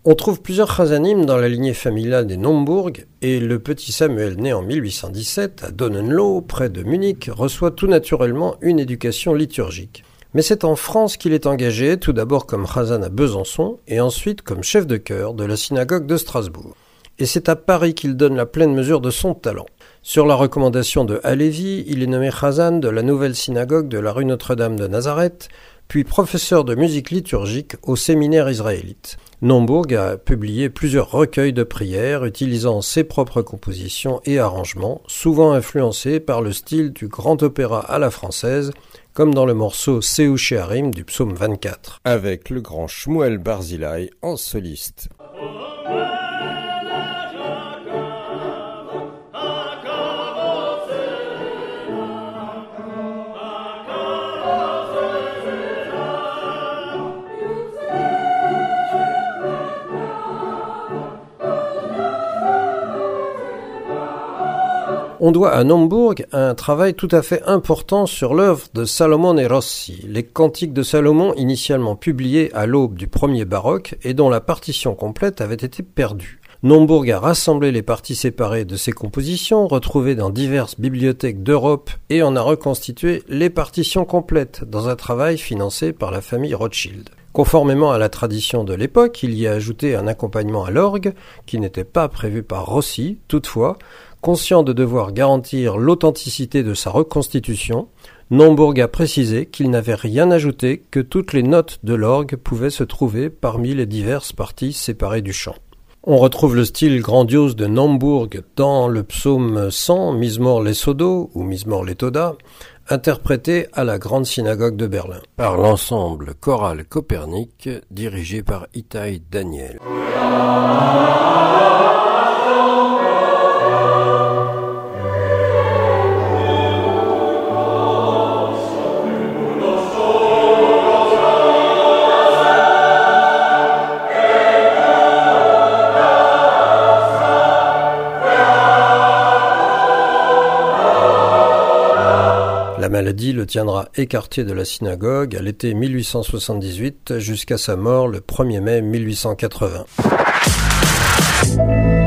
On trouve plusieurs chazanim dans la lignée familiale des Nombourg et le petit Samuel, né en 1817 à Donnenloh, près de Munich, reçoit tout naturellement une éducation liturgique. Mais c'est en France qu'il est engagé, tout d'abord comme chazan à Besançon et ensuite comme chef de chœur de la synagogue de Strasbourg. Et c'est à Paris qu'il donne la pleine mesure de son talent. Sur la recommandation de Halévy, il est nommé chazan de la nouvelle synagogue de la rue Notre-Dame de Nazareth, puis professeur de musique liturgique au séminaire israélite. Nombourg a publié plusieurs recueils de prières utilisant ses propres compositions et arrangements, souvent influencés par le style du grand opéra à la française, comme dans le morceau Seu Shearim du psaume 24. Avec le grand Shmuel Barzilai en soliste. On doit à Nombourg un travail tout à fait important sur l'œuvre de Salomone Rossi, les cantiques de Salomon initialement publiés à l'aube du premier baroque et dont la partition complète avait été perdue. Nombourg a rassemblé les parties séparées de ses compositions, retrouvées dans diverses bibliothèques d'Europe, et en a reconstitué les partitions complètes dans un travail financé par la famille Rothschild. Conformément à la tradition de l'époque, il y a ajouté un accompagnement à l'orgue, qui n'était pas prévu par Rossi. Toutefois, conscient de devoir garantir l'authenticité de sa reconstitution, Nombourg a précisé qu'il n'avait rien ajouté, que toutes les notes de l'orgue pouvaient se trouver parmi les diverses parties séparées du chant. On retrouve le style grandiose de Nombourg dans le psaume 100, Mizmor Lesodo ou Mizmor Letoda, interprété à la Grande Synagogue de Berlin, par l'ensemble choral Copernic, dirigé par Itai Daniel. La maladie le tiendra écarté de la synagogue à l'été 1878 jusqu'à sa mort le 1er mai 1880.